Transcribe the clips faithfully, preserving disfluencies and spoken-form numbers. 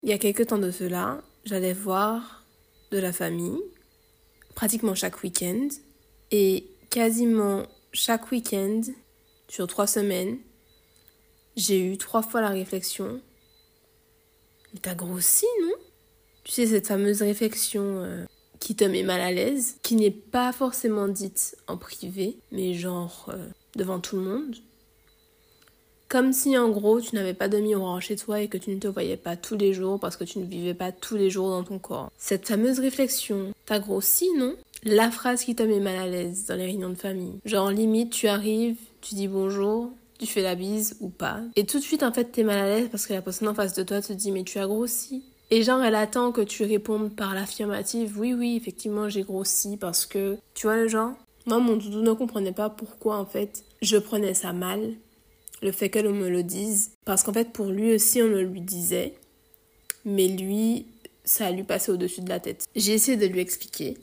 Il y a quelques temps de cela, j'allais voir de la famille, pratiquement chaque week-end. Et quasiment chaque week-end, sur trois semaines, j'ai eu trois fois la réflexion. Mais t'as grossi, non ? Tu sais, cette fameuse réflexion euh, qui te met mal à l'aise, qui n'est pas forcément dite en privé, mais genre euh, devant tout le monde. Comme si en gros tu n'avais pas de miroir chez toi et que tu ne te voyais pas tous les jours parce que tu ne vivais pas tous les jours dans ton corps. Cette fameuse réflexion, t'as grossi, non ? La phrase qui te met mal à l'aise dans les réunions de famille. Genre limite tu arrives, tu dis bonjour, tu fais la bise ou pas. Et tout de suite en fait t'es mal à l'aise parce que la personne en face de toi te dit mais tu as grossi. Et genre elle attend que tu répondes par l'affirmative, oui oui effectivement j'ai grossi parce que... Tu vois le genre ? Moi mon doudou ne comprenait pas pourquoi en fait je prenais ça mal. Le fait que l'on me le dise. Parce qu'en fait, pour lui aussi, on me lui disait. Mais lui, ça lui passait au-dessus de la tête. J'ai essayé de lui expliquer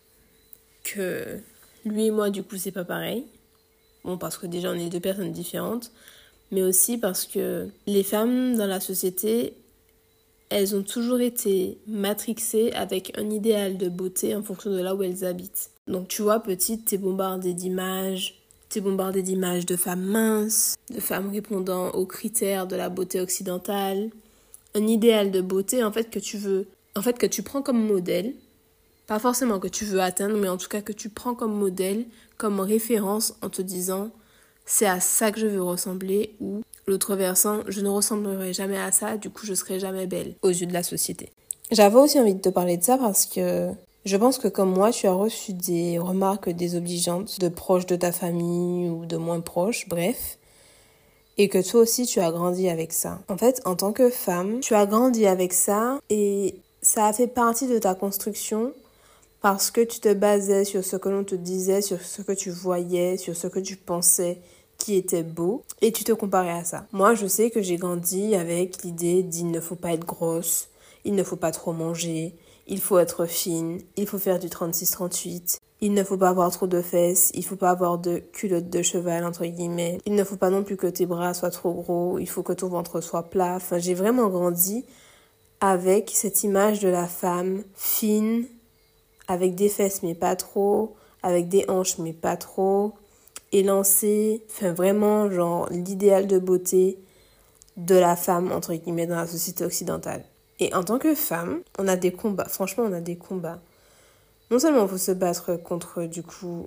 que lui et moi, du coup, c'est pas pareil. Bon, parce que déjà, on est deux personnes différentes. Mais aussi parce que les femmes dans la société, elles ont toujours été matrixées avec un idéal de beauté en fonction de là où elles habitent. Donc, tu vois, petite, t'es bombardée d'images. T'es bombardé d'images de femmes minces, de femmes répondant aux critères de la beauté occidentale. Un idéal de beauté, en fait, que tu veux, en fait, que tu prends comme modèle. Pas forcément que tu veux atteindre, mais en tout cas que tu prends comme modèle, comme référence en te disant c'est à ça que je veux ressembler ou l'autre versant, je ne ressemblerai jamais à ça, du coup je serai jamais belle aux yeux de la société. J'avais aussi envie de te parler de ça parce que je pense que comme moi, tu as reçu des remarques désobligeantes de proches de ta famille ou de moins proches, bref. Et que toi aussi, tu as grandi avec ça. En fait, en tant que femme, tu as grandi avec ça et ça a fait partie de ta construction parce que tu te basais sur ce que l'on te disait, sur ce que tu voyais, sur ce que tu pensais qui était beau et tu te comparais à ça. Moi, je sais que j'ai grandi avec l'idée d'il ne faut pas être grosse, il ne faut pas trop manger, il faut être fine, il faut faire du trente-six trente-huit, il ne faut pas avoir trop de fesses, il faut pas avoir de culotte de cheval, entre guillemets, il ne faut pas non plus que tes bras soient trop gros, il faut que ton ventre soit plat. Enfin, j'ai vraiment grandi avec cette image de la femme fine, avec des fesses mais pas trop, avec des hanches mais pas trop, élancée, enfin vraiment genre l'idéal de beauté de la femme, entre guillemets, dans la société occidentale. Et en tant que femme, on a des combats. Franchement, on a des combats. Non seulement il faut se battre contre, du coup,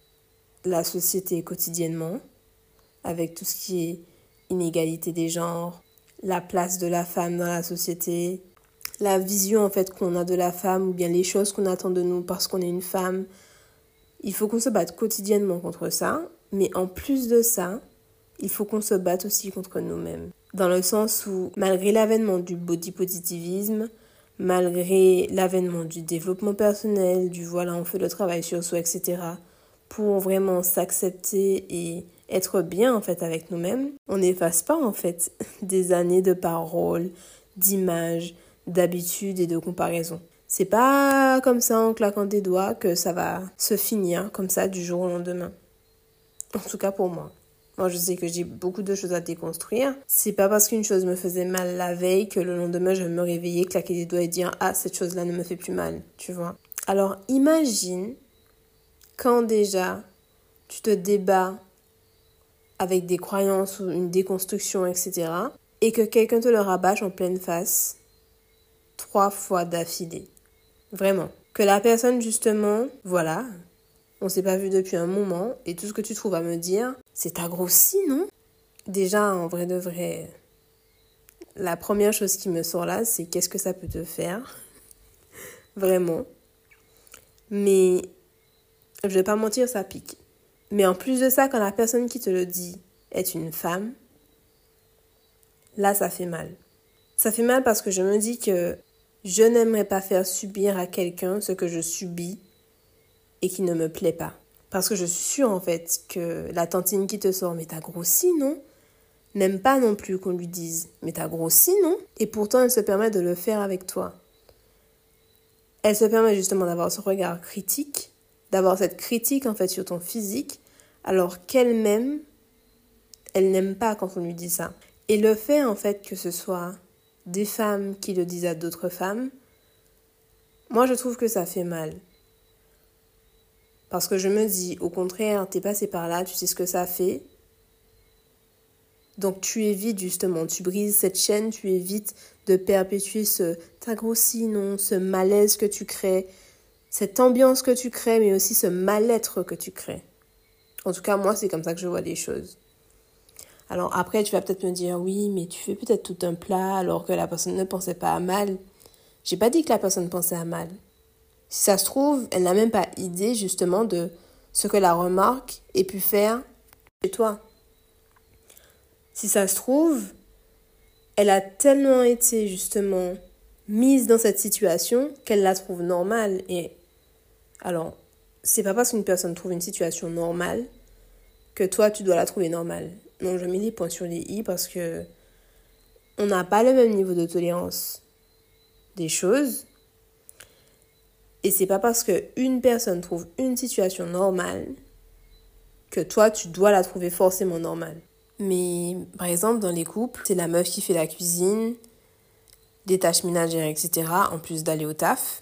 la société quotidiennement, avec tout ce qui est inégalité des genres, la place de la femme dans la société, la vision, en fait, qu'on a de la femme, ou bien les choses qu'on attend de nous parce qu'on est une femme. Il faut qu'on se batte quotidiennement contre ça. Mais en plus de ça, il faut qu'on se batte aussi contre nous-mêmes. Dans le sens où, malgré l'avènement du body positivisme, malgré l'avènement du développement personnel, du voilà, on fait le travail sur soi, et cetera, pour vraiment s'accepter et être bien en fait avec nous-mêmes, on n'efface pas en fait des années de paroles, d'images, d'habitudes et de comparaisons. C'est pas comme ça en claquant des doigts que ça va se finir comme ça du jour au lendemain. En tout cas pour moi. Moi, je sais que j'ai beaucoup de choses à déconstruire. C'est pas parce qu'une chose me faisait mal la veille que le lendemain, je vais me réveiller, claquer des doigts et dire « Ah, cette chose-là ne me fait plus mal. » Tu vois. Alors, imagine quand déjà tu te débats avec des croyances ou une déconstruction, et cetera, et que quelqu'un te le rabâche en pleine face trois fois d'affilée. Vraiment. Que la personne, justement, voilà... On s'est pas vu depuis un moment et tout ce que tu trouves à me dire, c'est t'as grossi, non ? Déjà, en vrai de vrai, la première chose qui me sort là, c'est qu'est-ce que ça peut te faire ? Vraiment. Mais, je vais pas mentir, ça pique. Mais en plus de ça, quand la personne qui te le dit est une femme, là, ça fait mal. Ça fait mal parce que je me dis que je n'aimerais pas faire subir à quelqu'un ce que je subis et qui ne me plaît pas. Parce que je suis sûre, en fait, que la tantine qui te sort « Mais t'as grossi, non ?» n'aime pas non plus qu'on lui dise « Mais t'as grossi, non ?» Et pourtant, elle se permet de le faire avec toi. Elle se permet justement d'avoir ce regard critique, d'avoir cette critique, en fait, sur ton physique, alors qu'elle-même, elle n'aime pas quand on lui dit ça. Et le fait, en fait, que ce soit des femmes qui le disent à d'autres femmes, moi je trouve que ça fait mal. Parce que je me dis, au contraire, t'es passé par là, tu sais ce que ça fait. Donc tu évites justement, tu brises cette chaîne, tu évites de perpétuer ce t'as grossi, non, ce malaise que tu crées, cette ambiance que tu crées, mais aussi ce mal-être que tu crées. En tout cas, moi, c'est comme ça que je vois les choses. Alors après, tu vas peut-être me dire, oui, mais tu fais peut-être tout un plat alors que la personne ne pensait pas à mal. J'ai pas dit que la personne pensait à mal. Si ça se trouve, elle n'a même pas idée justement de ce que la remarque ait pu faire chez toi. Si ça se trouve, elle a tellement été justement mise dans cette situation qu'elle la trouve normale. Et alors, c'est pas parce qu'une personne trouve une situation normale que toi, tu dois la trouver normale. Non, je mets les points sur les i parce que on n'a pas le même niveau de tolérance des choses. Et c'est pas parce qu'une personne trouve une situation normale que toi, tu dois la trouver forcément normale. Mais par exemple, dans les couples, c'est la meuf qui fait la cuisine, des tâches ménagères, et cetera, en plus d'aller au taf.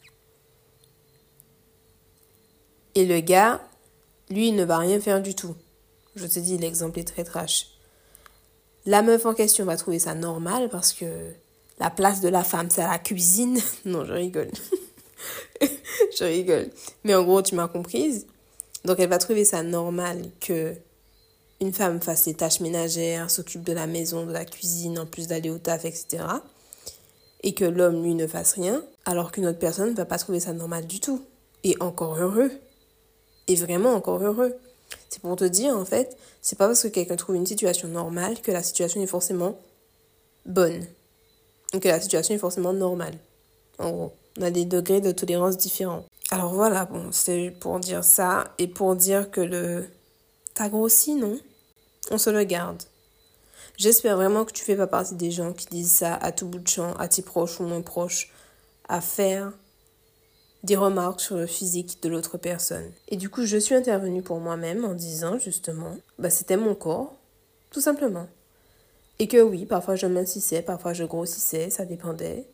Et le gars, lui, il ne va rien faire du tout. Je te dis, l'exemple est très trash. La meuf en question va trouver ça normal parce que la place de la femme, c'est à la cuisine. Non, je rigole. Je rigole. Mais en gros, tu m'as comprise. Donc, elle va trouver ça normal que une femme fasse les tâches ménagères, s'occupe de la maison, de la cuisine, en plus d'aller au taf, et cetera. Et que l'homme, lui, ne fasse rien, alors qu'une autre personne ne va pas trouver ça normal du tout. Et encore heureux. Et vraiment encore heureux. C'est pour te dire, en fait, c'est pas parce que quelqu'un trouve une situation normale que la situation est forcément bonne. Que la situation est forcément normale. En gros, on a des degrés de tolérance différents. Alors voilà, bon, c'est pour dire ça et pour dire que le... T'as grossi, non? On se le garde. J'espère vraiment que tu fais pas partie des gens qui disent ça à tout bout de champ, à tes proches ou moins proches, à faire des remarques sur le physique de l'autre personne. Et du coup, je suis intervenue pour moi-même en disant justement, bah c'était mon corps, tout simplement. Et que oui, parfois je mincissais, parfois je grossissais, ça dépendait.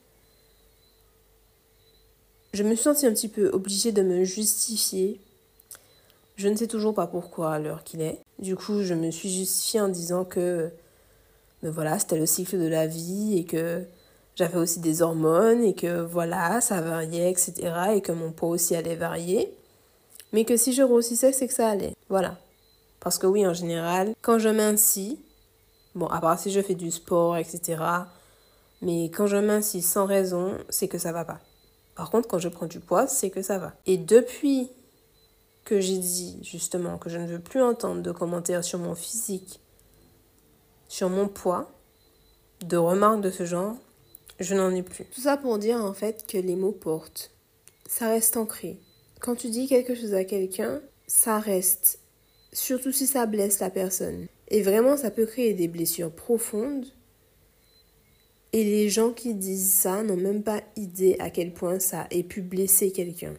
Je me suis sentie un petit peu obligée de me justifier. Je ne sais toujours pas pourquoi à l'heure qu'il est. Du coup, je me suis justifiée en disant que ben voilà, c'était le cycle de la vie et que j'avais aussi des hormones et que voilà, ça variait, et cetera. Et que mon poids aussi allait varier. Mais que si je grossissais, c'est que ça allait. Voilà. Parce que oui, en général, quand je mincis, bon, à part si je fais du sport, et cetera. Mais quand je mincis sans raison, c'est que ça va pas. Par contre, quand je prends du poids, c'est que ça va. Et depuis que j'ai dit justement que je ne veux plus entendre de commentaires sur mon physique, sur mon poids, de remarques de ce genre, je n'en ai plus. Tout ça pour dire en fait que les mots portent. Ça reste ancré. Quand tu dis quelque chose à quelqu'un, ça reste. Surtout si ça blesse la personne. Et vraiment, ça peut créer des blessures profondes. Et les gens qui disent ça n'ont même pas idée à quel point ça ait pu blesser quelqu'un.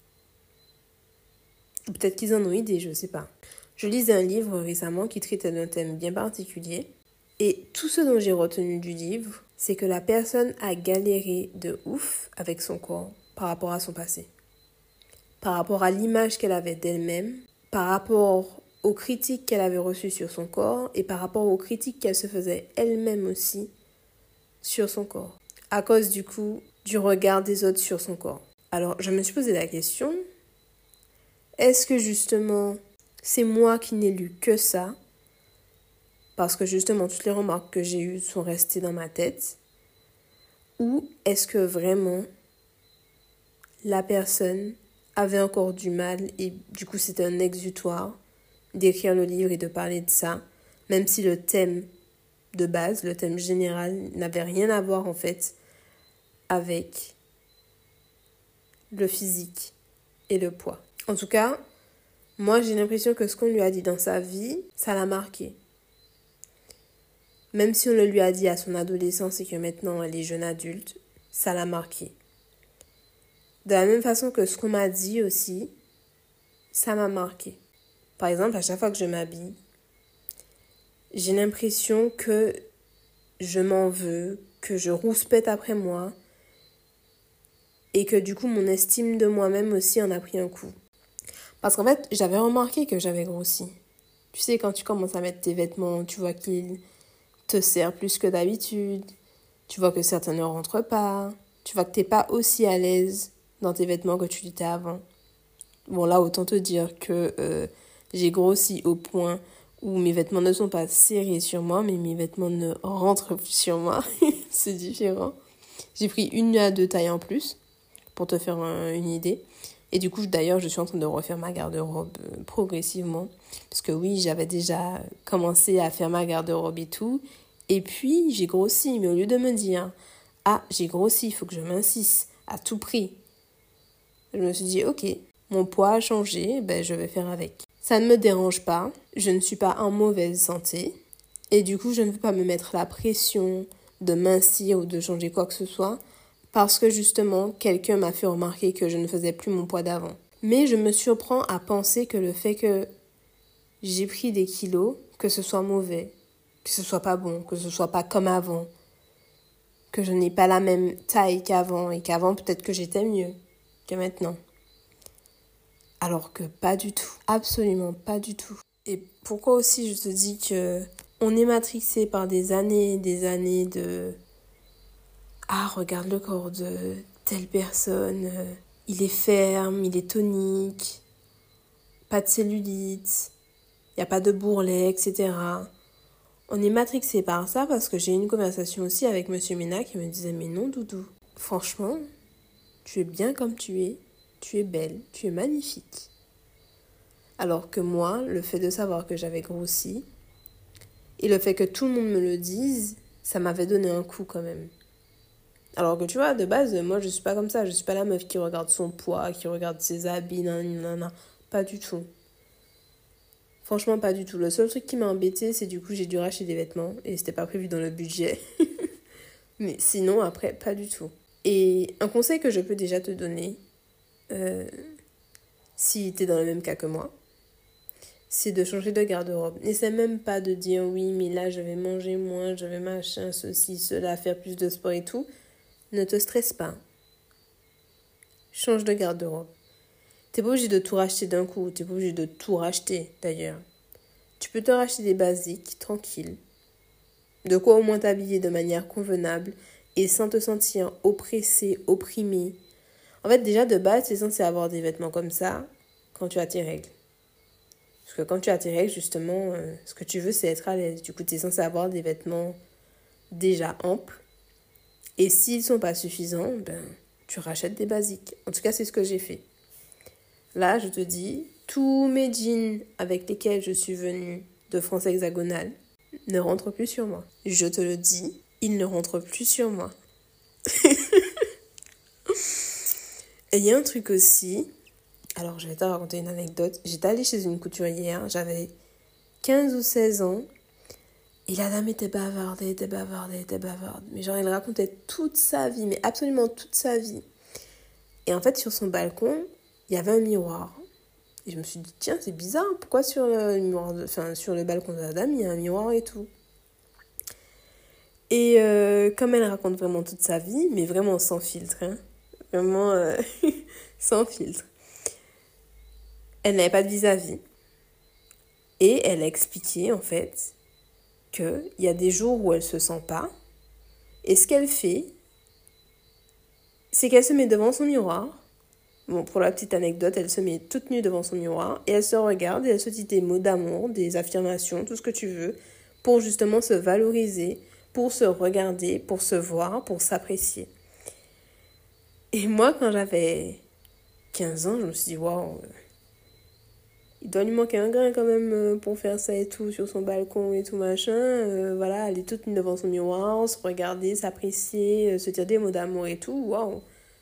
Peut-être qu'ils en ont idée, je ne sais pas. Je lisais un livre récemment qui traitait d'un thème bien particulier. Et tout ce dont j'ai retenu du livre, c'est que la personne a galéré de ouf avec son corps par rapport à son passé. Par rapport à l'image qu'elle avait d'elle-même, par rapport aux critiques qu'elle avait reçues sur son corps et par rapport aux critiques qu'elle se faisait elle-même aussi sur son corps. À cause du coup du regard des autres sur son corps. Alors je me suis posé la question, est-ce que justement c'est moi qui n'ai lu que ça? Parce que justement toutes les remarques que j'ai eues sont restées dans ma tête. Ou est-ce que vraiment la personne avait encore du mal et du coup c'était un exutoire d'écrire le livre et de parler de ça, même si le thème de base, le thème général n'avait rien à voir en fait avec le physique et le poids. En tout cas, moi j'ai l'impression que ce qu'on lui a dit dans sa vie, ça l'a marqué. Même si on le lui a dit à son adolescence et que maintenant elle est jeune adulte, ça l'a marqué. De la même façon que ce qu'on m'a dit aussi, ça m'a marqué. Par exemple, à chaque fois que je m'habille, j'ai l'impression que je m'en veux, que je rouspète après moi et que du coup mon estime de moi-même aussi en a pris un coup. Parce qu'en fait, j'avais remarqué que j'avais grossi. Tu sais, quand tu commences à mettre tes vêtements, tu vois qu'ils te serrent plus que d'habitude, tu vois que certains ne rentrent pas, tu vois que t'es pas aussi à l'aise dans tes vêtements que tu l'étais avant. Bon, là, autant te dire que euh, j'ai grossi au point où mes vêtements ne sont pas serrés sur moi, mais mes vêtements ne rentrent plus sur moi. C'est différent. J'ai pris une à deux tailles en plus, pour te faire un, une idée. Et du coup, d'ailleurs, je suis en train de refaire ma garde-robe euh, progressivement. Parce que oui, j'avais déjà commencé à faire ma garde-robe et tout. Et puis, j'ai grossi. Mais au lieu de me dire, ah, j'ai grossi, il faut que je m'insiste à tout prix. Je me suis dit, ok, mon poids a changé, ben, je vais faire avec. Ça ne me dérange pas. Je ne suis pas en mauvaise santé. Et du coup, je ne veux pas me mettre la pression de mincir ou de changer quoi que ce soit. Parce que justement, quelqu'un m'a fait remarquer que je ne faisais plus mon poids d'avant. Mais je me surprends à penser que le fait que j'ai pris des kilos, que ce soit mauvais, que ce soit pas bon, que ce soit pas comme avant, que je n'ai pas la même taille qu'avant et qu'avant peut-être que j'étais mieux que maintenant. Alors que pas du tout, absolument pas du tout. Et pourquoi aussi je te dis que on est matrixé par des années et des années de... Ah, regarde le corps de telle personne, euh, il est ferme, il est tonique, pas de cellulite, il n'y a pas de bourrelet, et cetera. On est matrixé par ça parce que j'ai eu une conversation aussi avec Monsieur Ménat qui me disait « Mais non, Doudou, franchement, tu es bien comme tu es, tu es belle, tu es magnifique. » Alors que moi, le fait de savoir que j'avais grossi et le fait que tout le monde me le dise, ça m'avait donné un coup quand même. Alors que tu vois, de base, moi je suis pas comme ça. Je suis pas la meuf qui regarde son poids, qui regarde ses habits, nanana. Pas du tout. Franchement, pas du tout. Le seul truc qui m'a embêtée, c'est du coup, j'ai dû racheter des vêtements et c'était pas prévu dans le budget. Mais sinon, après, pas du tout. Et un conseil que je peux déjà te donner, euh, si t'es dans le même cas que moi, c'est de changer de garde-robe. N'essaie même pas de dire oui, mais là, je vais manger moins, je vais machin, ceci, cela, faire plus de sport et tout. Ne te stresse pas. Change de garde-robe. T'es pas obligé de tout racheter d'un coup. T'es pas obligé de tout racheter, d'ailleurs. Tu peux te racheter des basiques, tranquille. De quoi au moins t'habiller de manière convenable et sans te sentir oppressé, opprimé. En fait, déjà, de base, t'es censé avoir des vêtements comme ça quand tu as tes règles. Parce que quand tu as tes règles, justement, euh, ce que tu veux, c'est être à l'aise. Du coup, t'es censé avoir des vêtements déjà amples. Et s'ils ne sont pas suffisants, ben, tu rachètes des basiques. En tout cas, c'est ce que j'ai fait. Là, je te dis, tous mes jeans avec lesquels je suis venue de France hexagonale ne rentrent plus sur moi. Je te le dis, ils ne rentrent plus sur moi. Et il y a un truc aussi, alors je vais te raconter une anecdote. J'étais allée chez une couturière, j'avais quinze ou seize ans. Et la dame était bavarde, elle était bavarde, elle était bavarde. Mais genre, elle racontait toute sa vie, mais absolument toute sa vie. Et en fait, sur son balcon, il y avait un miroir. Et je me suis dit, tiens, c'est bizarre, pourquoi sur le, miroir de, enfin, sur le balcon de la dame, il y a un miroir et tout. Et euh, comme elle raconte vraiment toute sa vie, mais vraiment sans filtre, hein, vraiment euh, sans filtre, elle n'avait pas de vis-à-vis. Et elle a expliqué, en fait, qu'il y a des jours où elle se sent pas. Et ce qu'elle fait, c'est qu'elle se met devant son miroir. Bon, pour la petite anecdote, elle se met toute nue devant son miroir et elle se regarde et elle se dit des mots d'amour, des affirmations, tout ce que tu veux, pour justement se valoriser, pour se regarder, pour se voir, pour s'apprécier. Et moi, quand j'avais quinze ans, je me suis dit, waouh, il doit lui manquer un grain quand même pour faire ça et tout, sur son balcon et tout machin. Euh, voilà, elle est toute nue devant son miroir, se regarder, s'apprécier, euh, se dire des mots d'amour et tout, waouh.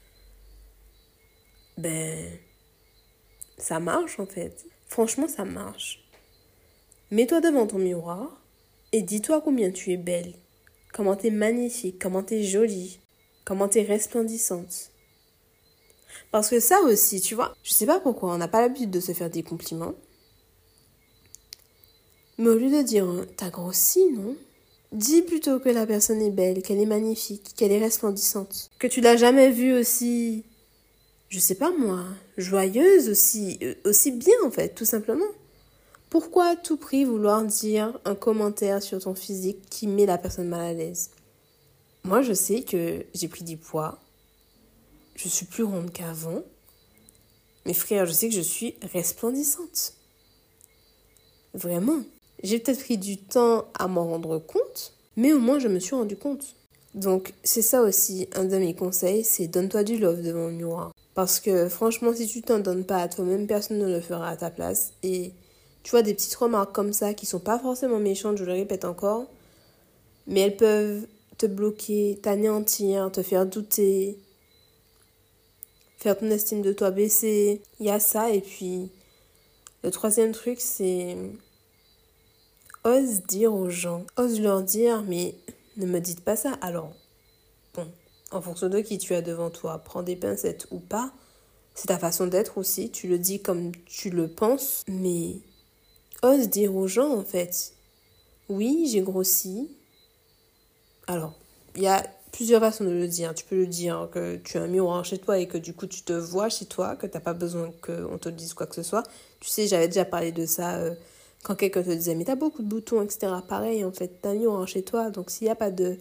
Ben, ça marche en fait. Franchement, ça marche. Mets-toi devant ton miroir et dis-toi combien tu es belle. Comment t'es magnifique, comment t'es jolie, comment t'es resplendissante. Parce que ça aussi, tu vois, je sais pas pourquoi, on n'a pas l'habitude de se faire des compliments. Mais au lieu de dire, t'as grossi, non? Dis plutôt que la personne est belle, qu'elle est magnifique, qu'elle est resplendissante. Que tu l'as jamais vue aussi, je sais pas moi, joyeuse, aussi, aussi bien en fait, tout simplement. Pourquoi à tout prix vouloir dire un commentaire sur ton physique qui met la personne mal à l'aise? Moi, je sais que j'ai pris du poids. Je suis plus ronde qu'avant. Mes frères, je sais que je suis resplendissante. Vraiment. J'ai peut-être pris du temps à m'en rendre compte, mais au moins je me suis rendu compte. Donc, c'est ça aussi, un de mes conseils, c'est donne-toi du love devant le miroir. Parce que franchement, si tu t'en donnes pas à toi-même, personne ne le fera à ta place. Et tu vois, des petites remarques comme ça qui sont pas forcément méchantes, je le répète encore, mais elles peuvent te bloquer, t'anéantir, te faire douter, faire ton estime de toi baisser. Il y a ça. Et puis, le troisième truc, c'est ose dire aux gens, ose leur dire, mais ne me dites pas ça. Alors, bon, en fonction de qui tu as devant toi, prends des pincettes ou pas, c'est ta façon d'être aussi, tu le dis comme tu le penses, mais ose dire aux gens en fait, oui, j'ai grossi. Alors, il y a plusieurs façons de le dire. Tu peux le dire que tu as un miroir chez toi et que du coup tu te vois chez toi, que tu n'as pas besoin qu'on te dise quoi que ce soit. Tu sais, j'avais déjà parlé de ça euh, quand quelqu'un te disait, mais t'as beaucoup de boutons, et cetera. Pareil, en fait, t'as un miroir chez toi, donc s'il n'y a pas de,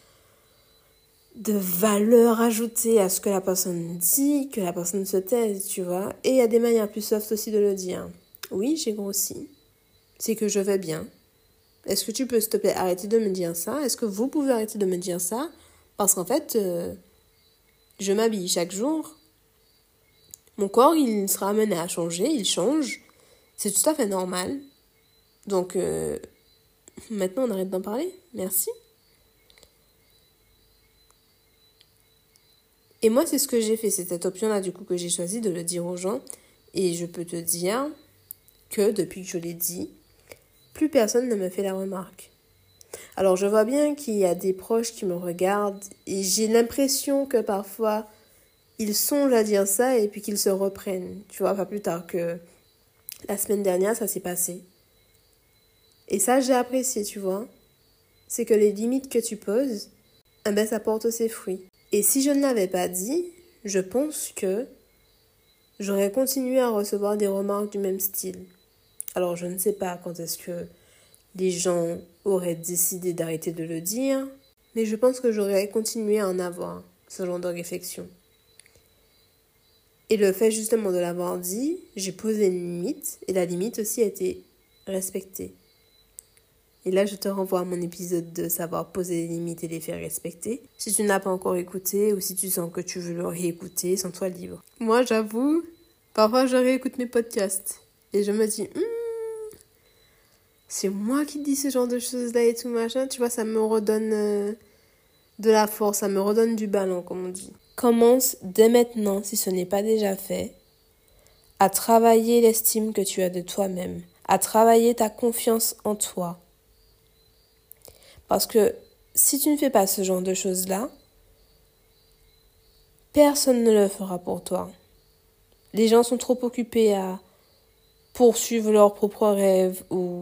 de valeur ajoutée à ce que la personne dit, que la personne se taise, tu vois. Et il y a des manières plus soft aussi de le dire. Oui, j'ai grossi. C'est que je vais bien. Est-ce que tu peux, s'il te plaît, arrêter de me dire ça? Est-ce que vous pouvez arrêter de me dire ça? Parce qu'en fait, euh, je m'habille chaque jour. Mon corps, il sera amené à changer, il change. C'est tout à fait normal. Donc, euh, maintenant, on arrête d'en parler. Merci. Et moi, c'est ce que j'ai fait. C'est cette option-là, du coup, que j'ai choisi de le dire aux gens. Et je peux te dire que, depuis que je l'ai dit, plus personne ne me fait la remarque. Alors, je vois bien qu'il y a des proches qui me regardent et j'ai l'impression que parfois, ils songent à dire ça et puis qu'ils se reprennent. Tu vois, pas plus tard que la semaine dernière, ça s'est passé. Et ça, j'ai apprécié, tu vois. C'est que les limites que tu poses, eh ben, ça porte ses fruits. Et si je ne l'avais pas dit, je pense que j'aurais continué à recevoir des remarques du même style. Alors, je ne sais pas quand est-ce que les gens auraient décidé d'arrêter de le dire, mais je pense que j'aurais continué à en avoir ce genre de réflexion. Et le fait justement de l'avoir dit, j'ai posé une limite, et la limite aussi a été respectée. Et là, je te renvoie à mon épisode de savoir poser des limites et les faire respecter. Si tu n'as pas encore écouté, ou si tu sens que tu veux le réécouter, sens-toi libre. Moi, j'avoue, parfois je réécoute mes podcasts, et je me dis, hmm, c'est moi qui dis ce genre de choses-là et tout machin, tu vois, ça me redonne euh, de la force, ça me redonne du ballon, comme on dit. Commence dès maintenant, si ce n'est pas déjà fait, à travailler l'estime que tu as de toi-même, à travailler ta confiance en toi. Parce que si tu ne fais pas ce genre de choses-là, personne ne le fera pour toi. Les gens sont trop occupés à poursuivre leurs propres rêves ou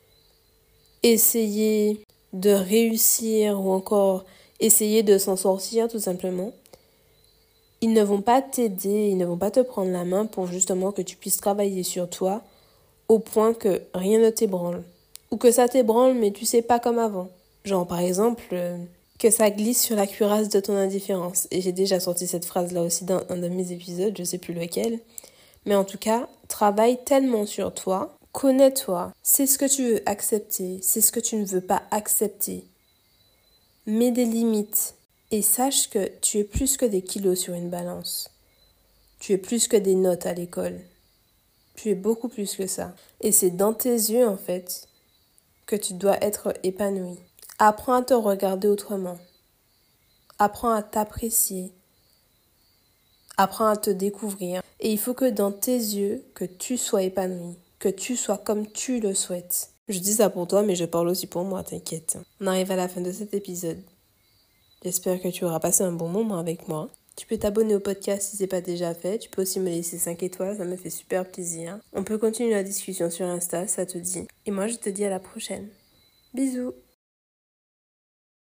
essayer de réussir ou encore essayer de s'en sortir tout simplement. Ils ne vont pas t'aider, ils ne vont pas te prendre la main pour justement que tu puisses travailler sur toi au point que rien ne t'ébranle. Ou que ça t'ébranle mais tu sais pas comme avant. Genre par exemple, euh, que ça glisse sur la cuirasse de ton indifférence. Et j'ai déjà sorti cette phrase-là aussi dans un de mes épisodes, je sais plus lequel. Mais en tout cas, travaille tellement sur toi, connais-toi, sais ce que tu veux accepter, sais ce que tu ne veux pas accepter. Mets des limites et sache que tu es plus que des kilos sur une balance. Tu es plus que des notes à l'école. Tu es beaucoup plus que ça. Et c'est dans tes yeux, en fait, que tu dois être épanoui. Apprends à te regarder autrement. Apprends à t'apprécier. Apprends à te découvrir. Et il faut que dans tes yeux, que tu sois épanoui. Que tu sois comme tu le souhaites. Je dis ça pour toi, mais je parle aussi pour moi, t'inquiète. On arrive à la fin de cet épisode. J'espère que tu auras passé un bon moment avec moi. Tu peux t'abonner au podcast si ce n'est pas déjà fait. Tu peux aussi me laisser cinq étoiles, ça me fait super plaisir. On peut continuer la discussion sur Insta, ça te dit. Et moi, je te dis à la prochaine. Bisous.